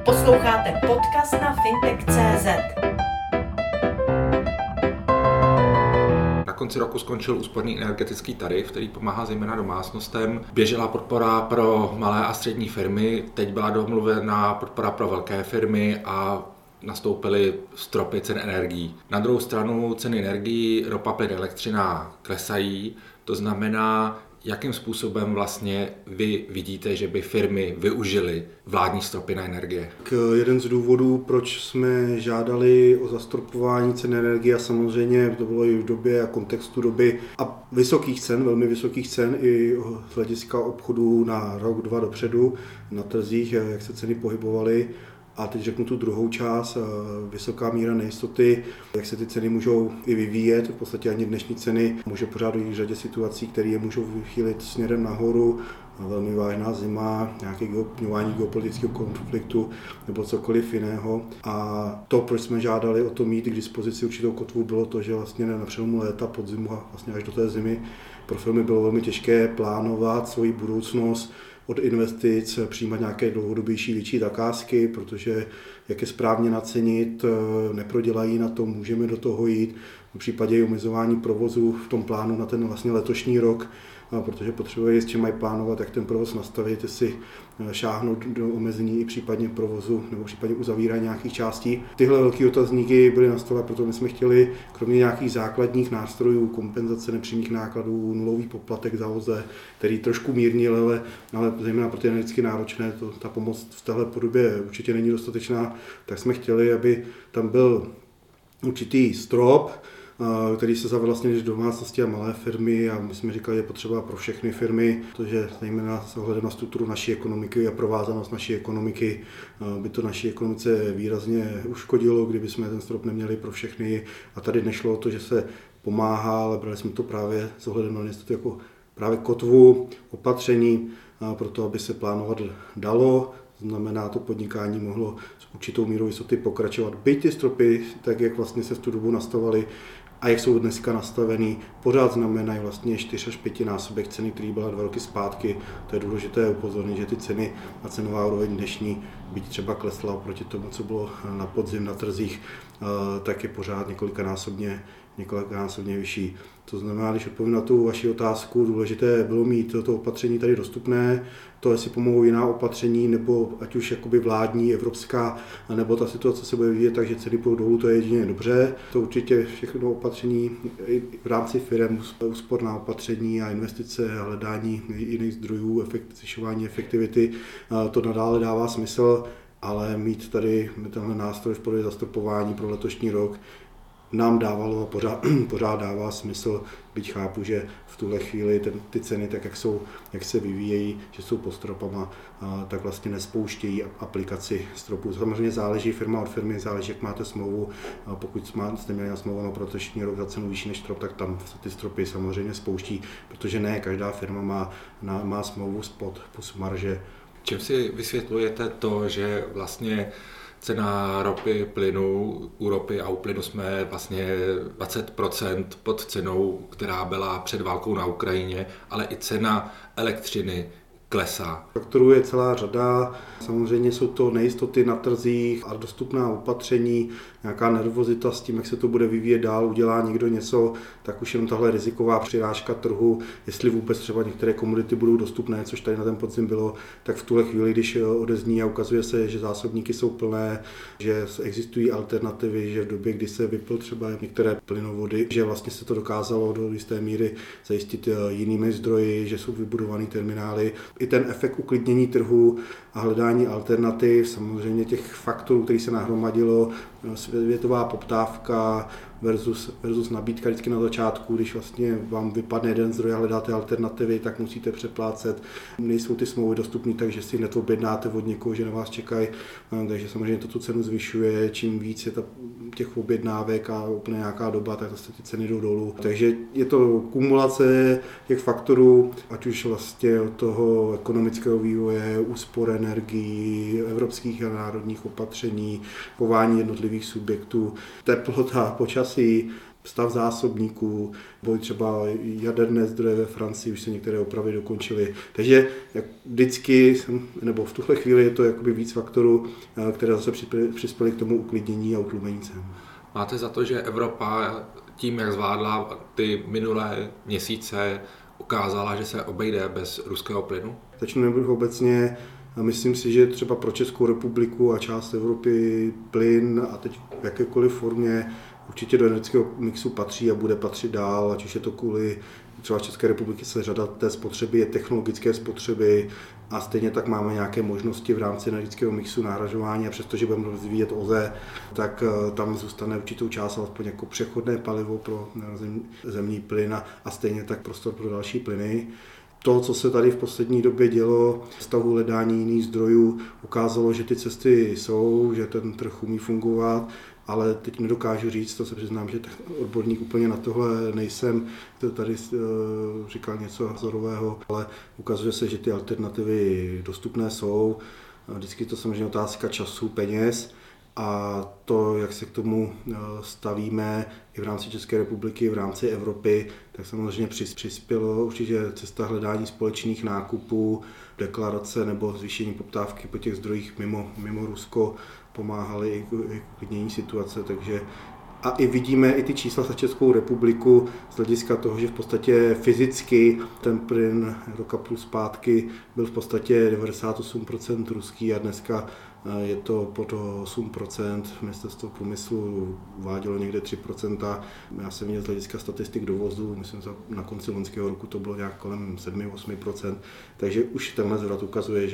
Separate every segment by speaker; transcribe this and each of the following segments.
Speaker 1: Posloucháte podcast na fintech.cz.
Speaker 2: Na konci roku skončil úsporný energetický tarif, který pomáhá zejména domácnostem. Běžela podpora pro malé a střední firmy, teď byla domluvená podpora pro velké firmy a nastoupily stropy cen energií. Na druhou stranu ceny energií, ropa, plyn, elektřina klesají, to znamená, jakým způsobem vlastně vy vidíte, že by firmy využily vládní stropy na energie?
Speaker 3: Jeden z důvodů, proč jsme žádali o zastropování cen energie, a samozřejmě to bylo i v době a kontextu doby a vysokých cen, velmi vysokých cen i z hlediska obchodu na rok, dva dopředu na trzích, jak se ceny pohybovaly. A teď řeknu tu druhou část, vysoká míra nejistoty, jak se ty ceny můžou i vyvíjet, v podstatě ani dnešní ceny může pořád dojít v řadě situací, které je můžou vychýlit směrem nahoru, velmi vážná zima, nějaké upňování geopolitického konfliktu nebo cokoliv jiného. A to, proč jsme žádali o to mít k dispozici určitou kotvu, bylo to, že vlastně na přelomu léta, podzimu a vlastně až do té zimy pro firmy bylo velmi těžké plánovat svoji budoucnost, od investic přijímat nějaké dlouhodobější větší zakázky, protože jak je správně nacenit, neprodělají na to, můžeme do toho jít. V případě omezování provozu v tom plánu na ten vlastně letošní rok, protože potřebují s čím mají plánovat, jak ten provoz nastavit, jestli šáhnout do omezení i případně provozu nebo případně uzavírání nějakých částí. Tyhle velké otazníky byly na stole, proto my jsme chtěli kromě nějakých základních nástrojů, kompenzace nepřímých nákladů, nulový poplatek za OZE, který trošku mírnil, ale zejména pro ty energeticky náročné, ta pomoc v téhle podobě určitě není dostatečná, tak jsme chtěli, aby tam byl určitý strop, který se zavedl vlastně do domácnosti a malé firmy, a my jsme říkali, že je potřeba pro všechny firmy, protože zejména s ohledem na strukturu naší ekonomiky a provázanost naší ekonomiky by to naší ekonomice výrazně uškodilo, kdyby jsme ten strop neměli pro všechny. A tady nešlo o to, že se pomáhá, ale brali jsme to právě s ohledem na jistotu jako právě kotvu, opatření pro to, aby se plánovat dalo. Znamená, to podnikání mohlo s určitou mírou jistoty pokračovat. Byť ty stropy, tak jak vlastně se v tu dobu nastavily a jak jsou dneska nastavený, pořád znamenají vlastně 4 až 5 násobek ceny, který byla 2 roky zpátky. To je důležité upozornit, že ty ceny a cenová úroveň dnešní, byť třeba klesla oproti tomu, co bylo na podzim na trzích, tak je pořád několikanásobně vyšší. To znamená, když odpovím na tu vaši otázku, důležité bylo mít toto opatření tady dostupné, to jestli pomohou jiná opatření, nebo ať už jakoby vládní, evropská, nebo ta situace se bude vyvíjet, takže ceny půjdou dolů, to je jedině dobře. To určitě všechno opatření v rámci firem, úsporná opatření a investice a hledání jiných zdrojů, zvyšování efektivity, to nadále dává smysl, ale mít tady tenhle nástroj v podobě zastropování pro letošní rok nám dávalo a pořád dává smysl, byť chápu, že v tuhle chvíli ty ceny, tak jak se vyvíjejí, že jsou pod stropama, tak vlastně nespouštějí aplikaci stropů. Samozřejmě záleží firma od firmy, záleží, jak máte smlouvu. Pokud jste měli nasmlouvanou pro letošní rok za cenu vyšší než strop, tak tam ty stropy samozřejmě spouští, protože ne každá firma má smlouvu spod plus marže.
Speaker 2: Čím si vysvětlujete to, že vlastně cena ropy, plynu, u ropy a u plynu jsme vlastně 20% pod cenou, která byla před válkou na Ukrajině, ale i cena elektřiny klesá.
Speaker 3: Faktorů je celá řada, samozřejmě jsou to nejistoty na trzích a dostupná opatření, nějaká nervozita s tím, jak se to bude vyvíjet dál, udělá někdo něco, tak už jenom tahle riziková přirážka trhu, jestli vůbec třeba některé komodity budou dostupné, což tady na ten podzim bylo, tak v tuhle chvíli, když odezní a ukazuje se, že zásobníky jsou plné, že existují alternativy, že v době, kdy se vypl třeba některé plynovody, že vlastně se to dokázalo do jisté míry zajistit jinými zdroji, že jsou vybudované terminály. I ten efekt uklidnění trhu a hledání alternativ, samozřejmě těch faktorů, který se nahromadilo, světová poptávka versus nabídka vždycky na začátku, když vlastně vám vypadne jeden zdroj a hledáte alternativy, tak musíte přeplácet. Nejsou ty smlouvy dostupné, takže si hned objednáte od někoho, že na vás čekají, takže samozřejmě to tu cenu zvyšuje, čím víc je těch objednávek a úplně nějaká doba, tak zase ty ceny jdou dolů. Takže je to kumulace těch faktorů, ať už vlastně od toho ekonomického vývoje, úspor energií, evropských a národních opatření, chování jednotlivých subjektů, teplota, počasí, stav zásobníků, boj třeba jaderné zdroje ve Francii, už se některé opravy dokončily. Takže vždycky, nebo v tuhle chvíli je to jakoby víc faktorů, které zase přispěly k tomu uklidnění a utlumení cen.
Speaker 2: Máte za to, že Evropa tím, jak zvládla ty minulé měsíce, ukázala, že se obejde bez ruského plynu?
Speaker 3: Začnu obecně. Myslím si, že třeba pro Českou republiku a část Evropy plyn a teď v jakékoliv formě určitě do energetického mixu patří a bude patřit dál, ať už je to kvůli třeba v České republice se řada té spotřeby je technologické spotřeby a stejně tak máme nějaké možnosti v rámci energetického mixu náhražování a přestože budeme rozvíjet OZE, tak tam zůstane určitou část, alespoň jako přechodné palivo pro zemní plyn a stejně tak prostor pro další plyny. To, co se tady v poslední době dělo, stavu hledání jiných zdrojů, ukázalo, že ty cesty jsou, že ten trh umí fungovat, ale teď nedokážu říct, to se přiznám, že odborník úplně na tohle nejsem, to tady říkal něco vzorového, ale ukazuje se, že ty alternativy dostupné jsou. Vždycky to samozřejmě otázka času, peněz a to, jak se k tomu stavíme i v rámci České republiky, i v rámci Evropy, tak samozřejmě přispělo určitě cesta hledání společných nákupů, deklarace nebo zvýšení poptávky po těch zdrojích mimo Rusko pomáhaly i k uklidnění situace, takže a i vidíme i ty čísla za Českou republiku z hlediska toho, že v podstatě fyzicky ten plyn roka půl zpátky byl v podstatě 98% ruský a dneska je to pod 8%, ministerstvo průmyslu uvádělo někde 3%, já jsem viděl z hlediska statistik dovozu, myslím, že na konci loňského roku to bylo nějak kolem 7-8%, takže už tenhle zvrat ukazuje,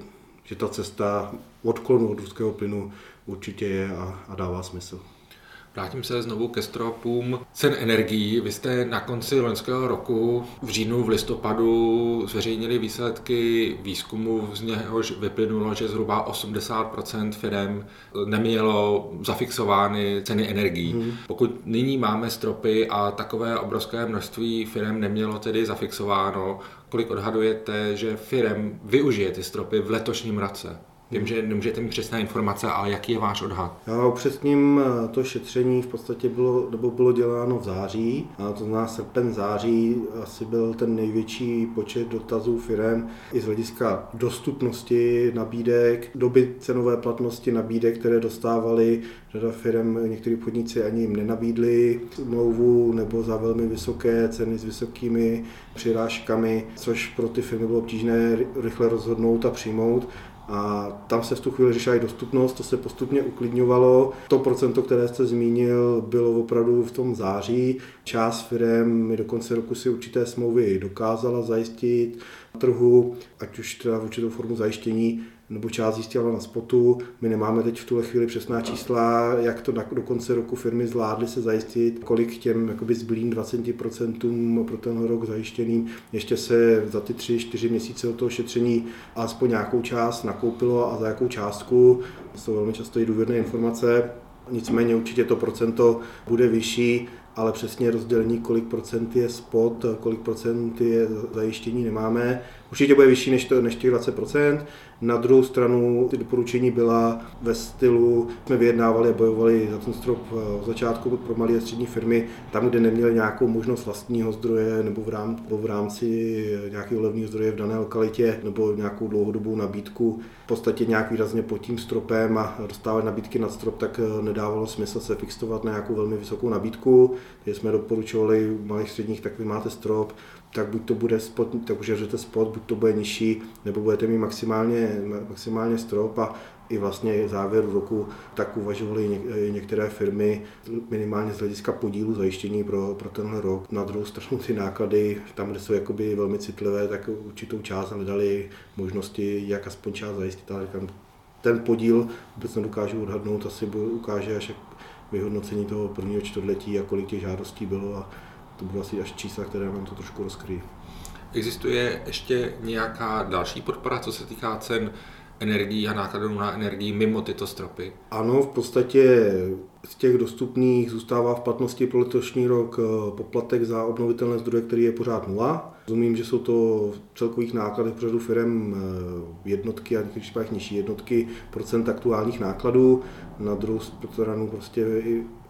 Speaker 3: že ta cesta odklonu od ruského plynu určitě je a dává smysl.
Speaker 2: Vrátím se znovu ke stropům cen energií. Vy jste na konci loňského roku v říjnu, v listopadu zveřejnili výsledky výzkumu, z něhož vyplynulo, že zhruba 80% firem nemělo zafixovány ceny energií. Pokud nyní máme stropy a takové obrovské množství firem nemělo tedy zafixováno, kolik odhadujete, že firem využije ty stropy v letošním roce? Vím, že nemůžete mít přesné informace, ale jaký je váš odhad?
Speaker 3: Já upřesním, to šetření v podstatě bylo děláno v září, a to znamená srpen, září asi byl ten největší počet dotazů firem i z hlediska dostupnosti nabídek, doby cenové platnosti nabídek, které dostávali. Řada firem, některý obchodníci ani jim nenabídli smlouvu nebo za velmi vysoké ceny s vysokými přirážkami, což pro ty firmy bylo obtížné rychle rozhodnout a přijmout. A tam se v tu chvíli řešila i dostupnost, to se postupně uklidňovalo. To procento, které jste zmínil, bylo opravdu v tom září. Část firem do konce roku si určité smlouvy dokázala zajistit na trhu, ať už teda v určitou formu zajištění, nebo část zjistila na spotu. My nemáme teď v tuhle chvíli přesná čísla, jak to do konce roku firmy zvládly se zajistit, kolik těm jakoby zbylým 20% pro ten rok zajištěným ještě se za ty 3-4 měsíce od toho šetření alespoň nějakou část nakoupilo a za jakou částku. To jsou velmi často i důvěrné informace. Nicméně určitě to procento bude vyšší, ale přesně rozdělení, kolik procent je spot, kolik procent je zajištění, nemáme. Určitě bude vyšší než těch 20%. Na druhou stranu ty doporučení byla ve stylu, jsme vyjednávali a bojovali za ten strop od začátku pro malé a střední firmy, tam, kde neměli nějakou možnost vlastního zdroje nebo v rámci nějakého levného zdroje v dané lokalitě nebo nějakou dlouhodobou nabídku v podstatě nějak výrazně pod tím stropem a dostávat nabídky nad strop, tak nedávalo smysl se fixovat na nějakou velmi vysokou nabídku. Takže jsme doporučovali u malých středních, tak vy máte strop, tak buď to bude spot, tak už řešete spot, buď to bude nižší, nebo budete mít maximálně strop a i vlastně závěru roku tak uvažovaly některé firmy minimálně z hlediska podílu zajištění pro tenhle rok. Na druhou stranu ty náklady, tam, kde jsou jakoby velmi citlivé, tak určitou část hledali možnosti, jak aspoň část zajistit, ale ten podíl vůbec nedokážu odhadnout, asi ukáže až vyhodnocení toho prvního čtvrtletí a kolik těch žádostí bylo a to budou asi až čísla, které nám to trošku rozkryjí.
Speaker 2: Existuje ještě nějaká další podpora, co se týká cen energií a nákladů na energii mimo tyto stropy?
Speaker 3: Ano, v podstatě z těch dostupných zůstává v platnosti pro letošní rok poplatek za obnovitelné zdroje, který je pořád 0. Rozumím, že jsou to v celkových nákladech pro řadu firem jednotky a některých případech nižší jednotky procent aktuálních nákladů. Na druhou stranu prostě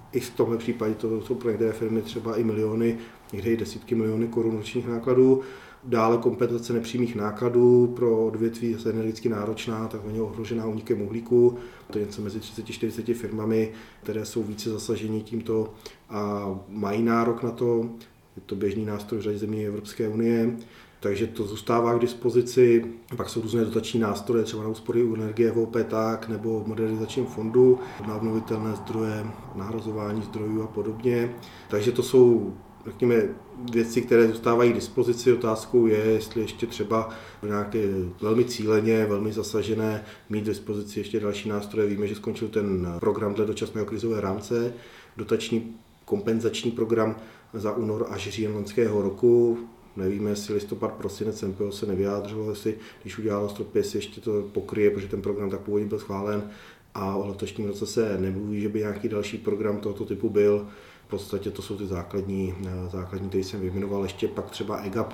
Speaker 3: i v tomhle případě to jsou pro některé firmy třeba i miliony, někde i desítky milionů korun ročních nákladů. Dále kompenzace nepřímých nákladů pro odvětví zase energeticky náročná, takzvaně ohrožená únikem uhlíku. To je něco mezi 30-40 firmami, které jsou více zasažení tímto a mají nárok na to. Je to běžný nástroj v řadě zemí Evropské unie, takže to zůstává k dispozici. Pak jsou různé dotační nástroje, třeba na úspory energie v OPTák nebo v modernizačním fondu, na obnovitelné zdroje, nahrazování zdrojů a podobně. Takže to jsou, řekněme, věci, které zůstávají k dispozici. Otázkou je, jestli ještě třeba nějaké velmi cíleně, velmi zasažené mít k dispozici ještě další nástroje. Víme, že skončil ten program dle dočasného krizové rámce, dotační kompenzační program za únor až říjen loňského roku. Nevíme, jestli listopad, prosinec, MPO se nevyjádřilo, jestli když udělalo stropy, jestli ještě to pokryje, protože ten program tak původně byl schválen a o letošním roce se nemluví, že by nějaký další program tohoto typu byl. V podstatě to jsou ty základní, které jsem vyjmenoval. Ještě pak třeba EGAP+,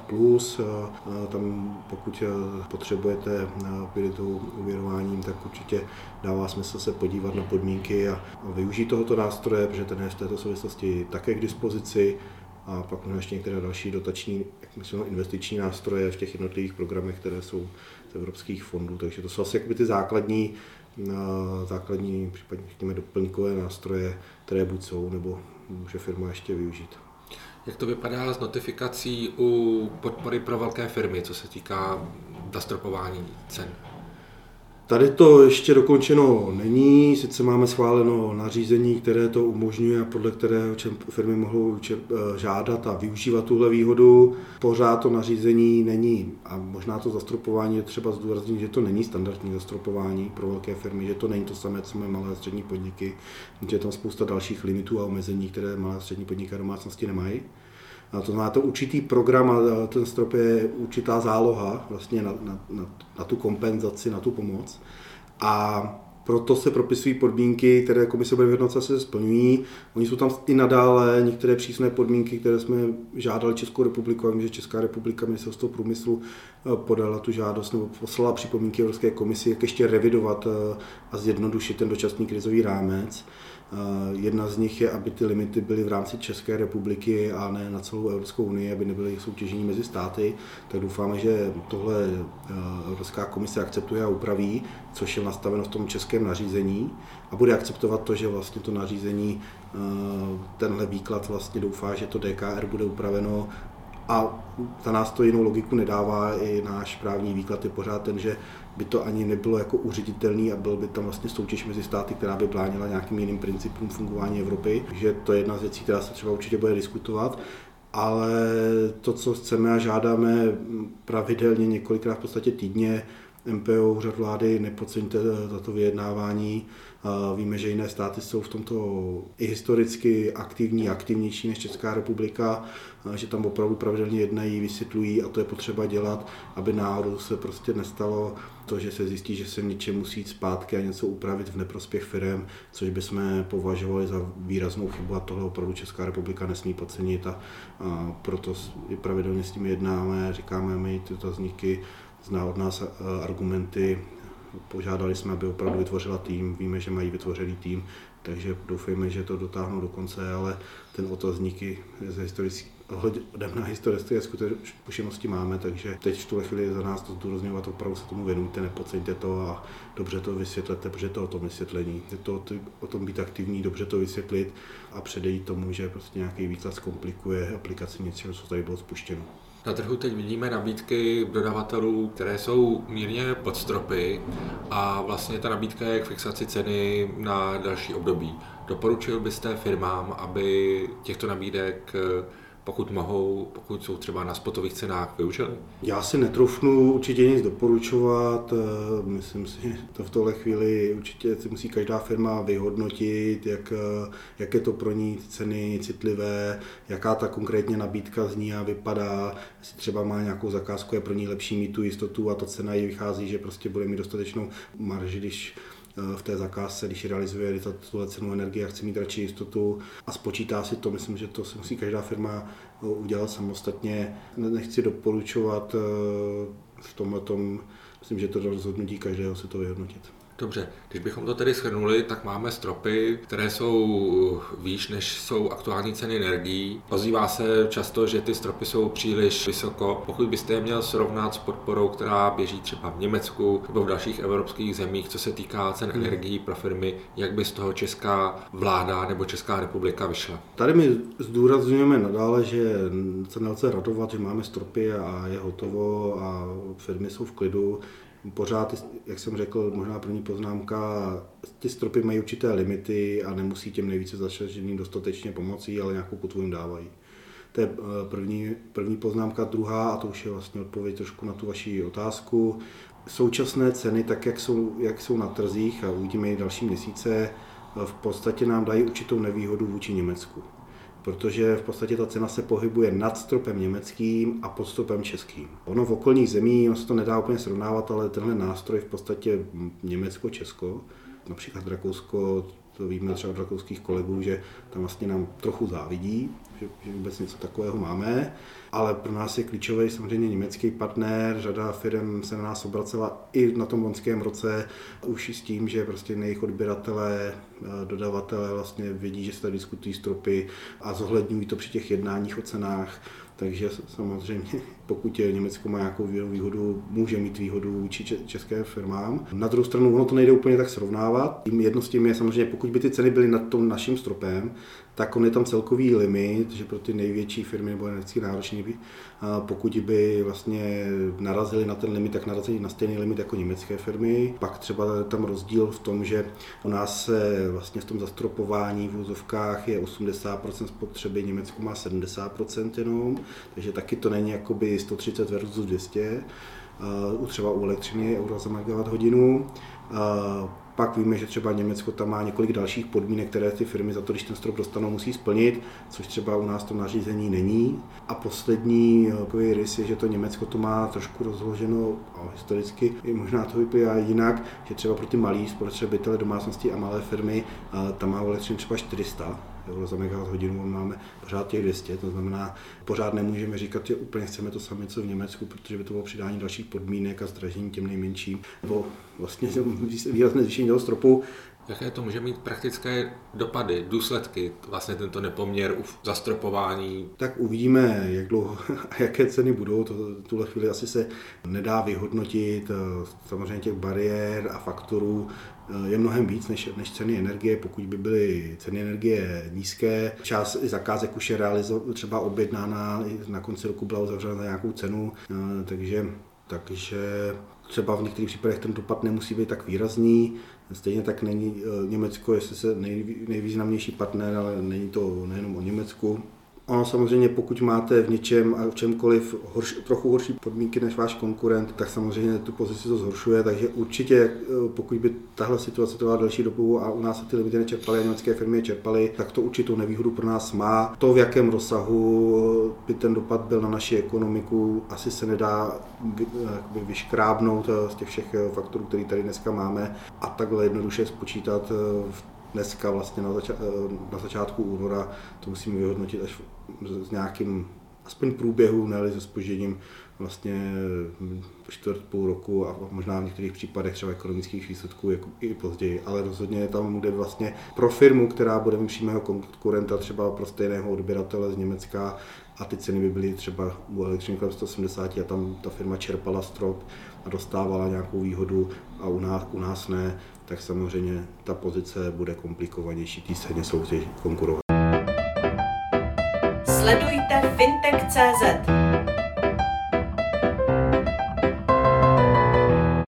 Speaker 3: tam pokud potřebujete tou uvěrováním, tak určitě dává smysl se podívat na podmínky a využít tohoto nástroje, protože ten je v této souvislosti také k dispozici. A pak možná ještě některé další dotační, investiční nástroje v těch jednotlivých programech, které jsou z evropských fondů. Takže to jsou asi jakoby ty základní, případně řekněme doplňkové nástroje, které buď jsou, nebo může firma ještě využít.
Speaker 2: Jak to vypadá s notifikací u podpory pro velké firmy, co se týká zastropování cen?
Speaker 3: Tady to ještě dokončeno není, sice máme schváleno nařízení, které to umožňuje a podle kterého firmy mohou žádat a využívat tuhle výhodu. Pořád to nařízení není a možná to zastropování je třeba zdůraznit, že to není standardní zastropování pro velké firmy, že to není to samé, co mají malé a střední podniky, že je tam spousta dalších limitů a omezení, které malé a střední podniky a domácnosti nemají. A to znamená, to určitý program a ten strop je určitá záloha vlastně na tu kompenzaci, na tu pomoc. A proto se propisují podmínky, které komise bude vyhodnocovat, se splňují. Oni jsou tam i nadále některé přísné podmínky, které jsme žádali Českou republiku. A vím, že Česká republika, Ministerstvo průmyslu podala tu žádost nebo poslala připomínky Evropské komisi, jak ještě revidovat a zjednodušit ten dočasný krizový rámec. Jedna z nich je, aby ty limity byly v rámci České republiky a ne na celou Evropskou unii, aby nebyly soutěžení mezi státy. Tak doufáme, že tohle Evropská komise akceptuje a upraví, což je nastaveno v tom českém nařízení a bude akceptovat to, že vlastně to nařízení, tenhle výklad vlastně doufá, že to DKR bude upraveno. A ta nás to jinou logiku nedává, i náš právní výklad je pořád ten, že by to ani nebylo jako uředitelný a byl by tam vlastně soutěž mezi státy, která by bránila nějakým jiným principům fungování Evropy. Takže to je jedna z věcí, která se třeba určitě bude diskutovat. Ale to, co chceme a žádáme pravidelně několikrát v podstatě týdně, MPO, úřad vlády, nepodceňte za to vyjednávání. Víme, že jiné státy jsou v tomto i historicky aktivnější než Česká republika, že tam opravdu pravidelně jednají, vysvětlují a to je potřeba dělat, aby náhodou se prostě nestalo to, že se zjistí, že se něčem musí jít zpátky a něco upravit v neprospěch firem, což bychom považovali za výraznou chybu a tohle opravdu Česká republika nesmí podcenit a proto pravidelně s tím jednáme, říkáme my ty otazníky, zná od nás argumenty, požádali jsme, aby opravdu vytvořila tým, víme, že mají vytvořený tým, takže doufejme, že to dotáhnou do konce, ale ten otazníky na historické zkušenosti máme, takže teď v tuhle chvíli za nás to zdůrazňovat, opravdu se tomu věnujte, nepodceňte to a dobře to vysvětlete, protože to o tom vysvětlení. Je to o tom být aktivní, dobře to vysvětlit a předejít tomu, že prostě nějaký výklad zkomplikuje aplikaci něčeho, co tady bylo spuštěno.
Speaker 2: Na trhu teď vidíme nabídky dodavatelů, které jsou mírně pod stropy a vlastně ta nabídka je k fixaci ceny na další období. Doporučil byste firmám, aby těchto nabídek, pokud jsou třeba na spotových cenách, využili? Já
Speaker 3: si netroufnu určitě nic doporučovat. Myslím si, že to v tohle chvíli určitě si musí každá firma vyhodnotit, jak je to pro ní ceny citlivé, jaká ta konkrétně nabídka zní a vypadá. Jestli třeba má nějakou zakázku, je pro ní lepší mít tu jistotu a ta cena jí vychází, že prostě bude mít dostatečnou marži, když v té zakázce, když realizuje tuhle cenu energie a chce mít radši jistotu a spočítá si to. Myslím, že to si musí každá firma udělat samostatně. Nechci doporučovat v tomhletom, myslím, že to rozhodnutí každého si to vyhodnotit.
Speaker 2: Dobře, když bychom to tedy shrnuli, tak máme stropy, které jsou výš, než jsou aktuální ceny energií. Ozývá se často, že ty stropy jsou příliš vysoko. Pokud byste je měl srovnat s podporou, která běží třeba v Německu nebo v dalších evropských zemích, co se týká cen energií pro firmy, jak by z toho česká vláda nebo Česká republika vyšla?
Speaker 3: Tady my zdůrazňujeme nadále, že se nelze radovat, že máme stropy a je hotovo a firmy jsou v klidu. Pořád, jak jsem řekl, možná první poznámka, ty stropy mají určité limity a nemusí těm nejvíce zasaženým dostatečně pomoci, ale nějakou potvu jim dávají. To je první poznámka. Druhá, a to už je vlastně odpověď trošku na tu vaši otázku. Současné ceny, tak jak jsou na trzích, a uvidíme i další měsíce, v podstatě nám dají určitou nevýhodu vůči Německu. Protože v podstatě ta cena se pohybuje nad stropem německým a pod stropem českým. Ono v okolních zemích, se to nedá úplně srovnávat, ale tenhle nástroj v podstatě Německo-Česko, například Rakousko, to víme třeba od rakouských kolegů, že tam vlastně nám trochu závidí, že vůbec něco takového máme, ale pro nás je klíčový samozřejmě německý partner, řada firm se na nás obracela i na tom loňském roce už s tím, že prostě jejich odběratelé, dodavatelé vlastně vědí, že se tady diskutují stropy a zohledňují to při těch jednáních o cenách. Takže samozřejmě, pokud Německo má nějakou výhodu, může mít výhodu vůči českým firmám. Na druhou stranu, ono to nejde úplně tak srovnávat. Jedno s tím je samozřejmě, pokud by ty ceny byly nad tom naším stropem, tak on je tam celkový limit, že pro ty největší firmy nebo energeticky náročné, pokud by vlastně narazili na ten limit, tak narazili na stejný limit jako německé firmy. Pak třeba tam rozdíl v tom, že u nás se vlastně v tom zastropování v úzovkách je 80% spotřeby, Německo má 70% jenom, takže taky to není jakoby 130 versus 200, třeba u elektřiny euro za megawatt hodinu. Pak víme, že třeba Německo tam má několik dalších podmínek, které ty firmy za to, když ten strop dostanou, musí splnit, což třeba u nás to nařízení není. A poslední rys je, že to Německo to má trošku rozloženo historicky, možná to vyplývá jinak, že třeba pro ty malí spotřebitele domácnosti a malé firmy tam má elektřiny třeba 400 euro za megawatt hodinu, máme pořád těch 200, to znamená, pořád nemůžeme říkat, že úplně chceme to samé, co v Německu, protože by to bylo přidání dalších podmínek a zdražení těm nejmenším, nebo vlastně výrazné zvýšení toho stropu.
Speaker 2: Jaké to může mít praktické dopady, důsledky, vlastně tento nepoměr u zastropování?
Speaker 3: Tak uvidíme, jak dlouho a jaké ceny budou. Tuhle chvíli asi se nedá vyhodnotit. Samozřejmě těch bariér a faktorů je mnohem víc než ceny energie. Pokud by byly ceny energie nízké, část zakázek už je třeba objednána, na konci roku byla uzavřena za nějakou cenu, takže třeba v některých případech ten dopad nemusí být tak výrazný. Stejně tak není Německo, jestli se nejvýznamnější partner, ale není to nejenom o Německu. Ono samozřejmě, pokud máte v něčem a v čemkoliv trochu horší podmínky než váš konkurent, tak samozřejmě tu pozici to zhoršuje, takže určitě, pokud by tahle situace trvala delší dobu a u nás se ty limity nečerpaly a německé firmy je čerpaly, tak to určitou nevýhodu pro nás má. To, v jakém rozsahu by ten dopad byl na naši ekonomiku, asi se nedá vyškrábnout z těch všech faktorů, které tady dneska máme a takhle jednoduše spočítat dneska vlastně na začátku února, to musíme vyhodnotit až s nějakým aspoň průběhu, ne-li se zpožděním vlastně půl roku a možná v některých případech třeba ekonomických výsledků jako i později, ale rozhodně tam bude vlastně pro firmu, která bude mít přímého konkurenta, třeba pro stejného odběratele z Německa a ty ceny by byly třeba u elektřiny kolem 180 a tam ta firma čerpala strop a dostávala nějakou výhodu a u nás ne, tak samozřejmě ta pozice bude komplikovanější, ty ceně soutěž konkurovat.
Speaker 1: Sledujte fintech.cz.